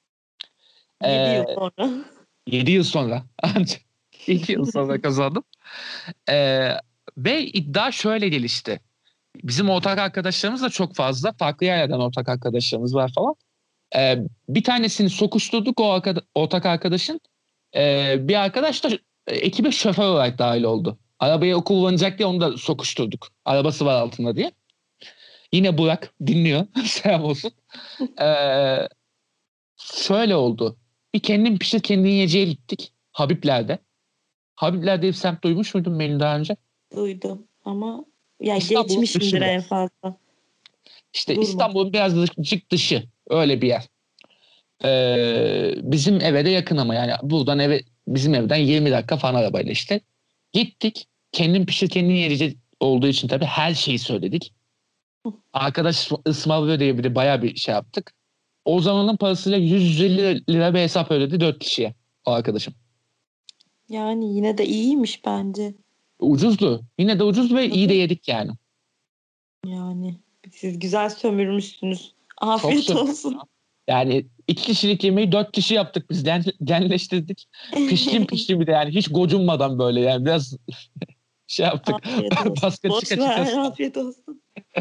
Yedi yıl Ee, sonra. yedi yıl sonra. Ancak yedi yıl sonra kazandım. Ee, ve iddia şöyle gelişti. Bizim ortak arkadaşlarımız da çok fazla. Farklı yerlerden ortak arkadaşlarımız var falan. Ee, bir tanesini sokuşturduk o arkada- ortak arkadaşın. Ee, bir arkadaş da e, ekibe şoför olarak dahil oldu. Arabayı o kullanacak diye onu da sokuşturduk. Arabası var altında diye. Yine Burak dinliyor. Selam olsun. Ee, şöyle oldu. Bir kendin pişir kendin yiyeceğe gittik. Habibler'de. Habibler diye bir semt duymuş muydun beni daha önce? Duydum ama ya İstanbul'un dışı geçmişimdir en biraz. fazla. İşte Durma. İstanbul'un biraz dışı, dışı. Öyle bir yer. Ee, bizim eve de yakın ama yani buradan eve bizim evden yirmi dakika falan arabayla işte. Gittik. Kendin pişir kendin yiyecek olduğu için tabii her şeyi söyledik. Arkadaş ısmarlıyor diye bir de bayağı bir şey yaptık. O zamanın parasıyla yüz elli lira bir hesap ödedi dört kişiye o arkadaşım. Yani yine de iyiymiş bence. Ucuzdu. Yine de ucuz ve iyi de Tabii. yedik yani. Yani siz güzel sömürmüşsünüz. Çok Afiyet sömürdük. olsun. Yani iki kişilik yemeği dört kişi yaptık biz. Gen, genleştirdik. Pişkin pişkin bir de yani hiç gocunmadan böyle yani biraz şey yaptık. Afiyet olsun. Basketçi Boş ver. açıkçası. Afiyet olsun.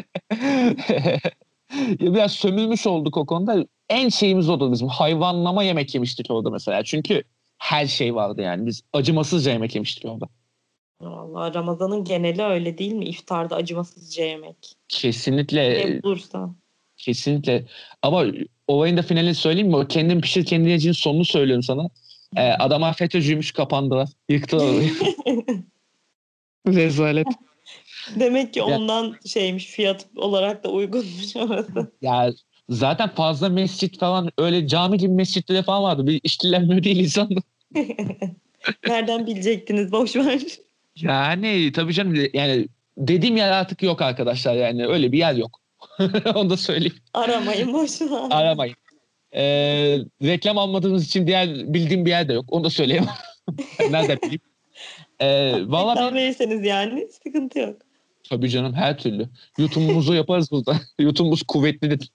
Ya biraz sömürmüş olduk o konuda. En şeyimiz oldu bizim. Hayvanlama yemek yemiştik orada mesela. Çünkü her şey vardı yani. Biz acımasızca yemek yemiştik orada. Vallahi Ramazan'ın geneli öyle değil mi? İftarda acımasızca yemek. Kesinlikle, Ne bulursan. kesinlikle. Ama olayın da finalini söyleyeyim mi? O kendin pişir kendin yiyeceğin sonunu söylüyorum sana. Ee, adamlar FETÖ'cüymüş kapandılar. Yıktılar orayı. Rezalet. Demek ki Ya, ondan şeymiş fiyat olarak da uygunmuş orası. ya zaten fazla mescit falan öyle cami gibi mescitlere falan vardı. Bir işkillenmiyor değil insan. Nereden bilecektiniz? Boş ver. Yani tabii canım yani dediğim yer artık yok arkadaşlar yani öyle bir yer yok. Onu da söyleyeyim. Aramayın boş ver. Aramayın. Ee, reklam almadığımız için diğer bildiğim bir yer de yok. Onu da söyleyeyim. Nereden bileyim? Ee, valla Reklam benim verirseniz yani sıkıntı yok. tabii canım her türlü. YouTube'umuzu yaparız burada. YouTube'umuz kuvvetlidir.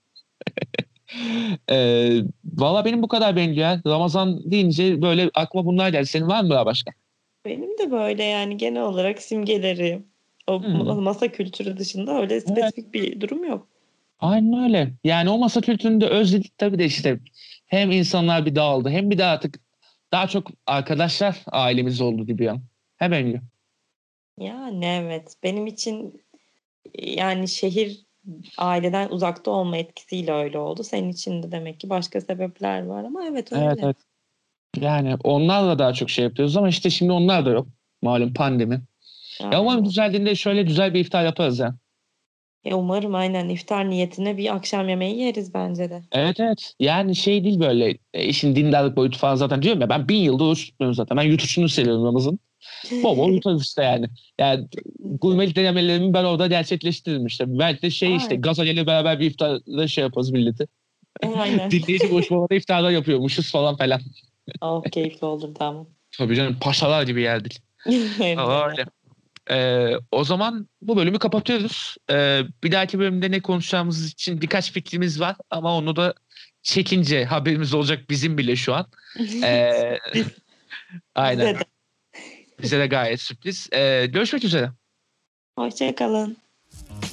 Ee, valla benim bu kadar benim ya. Ramazan deyince böyle aklıma bunlar geldi. Senin var mı daha başka? Benim de böyle yani genel olarak simgeleri, o Hmm. masa kültürü dışında öyle Evet. spesifik bir durum yok. Aynen öyle. Yani o masa kültürünü de özledik tabii de işte hem insanlar bir dağıldı hem bir de artık daha çok arkadaşlar ailemiz oldu gibi ya. Hem öyle. Yani evet benim için yani şehir aileden uzakta olma etkisiyle öyle oldu. Senin için de demek ki başka sebepler var ama evet Evet öyle. evet. Yani onlarla daha çok şey yapıyoruz ama işte şimdi onlar da yok. Malum pandemi. Ya umarım Aynen. düzeldiğinde şöyle güzel bir iftar yaparız ya. E umarım aynen iftar niyetine bir akşam yemeği yeriz bence de. Evet evet. Yani şey değil böyle e, işin dindarlık boyutu falan zaten diyorum ya ben bin yıldır oruç tutmuyorum zaten. Ben yutuşunu seviyorum Ramazan. Bol bol yutarız işte yani. Yani gurmelik denemelerimi ben orada gerçekleştiririm işte. Belki de şey işte Ay, gaza ile beraber bir iftarda şey yaparız milleti. e, aynen. Dinleyici buluşmalarda iftarlar yapıyormuşuz falan falan. Oh keyifli olurdu ama. Tabii canım paşalar gibi yerdik. Hem de. Aa, öyle. Ee, o zaman bu bölümü kapatıyoruz. Ee, bir dahaki bölümde ne konuşacağımız için birkaç fikrimiz var ama onu da çekince haberimiz olacak bizim bile şu an. Ee, Biz, aynen. bize de. Bize de gayet sürpriz. Ee, görüşmek üzere. Hoşça kalın.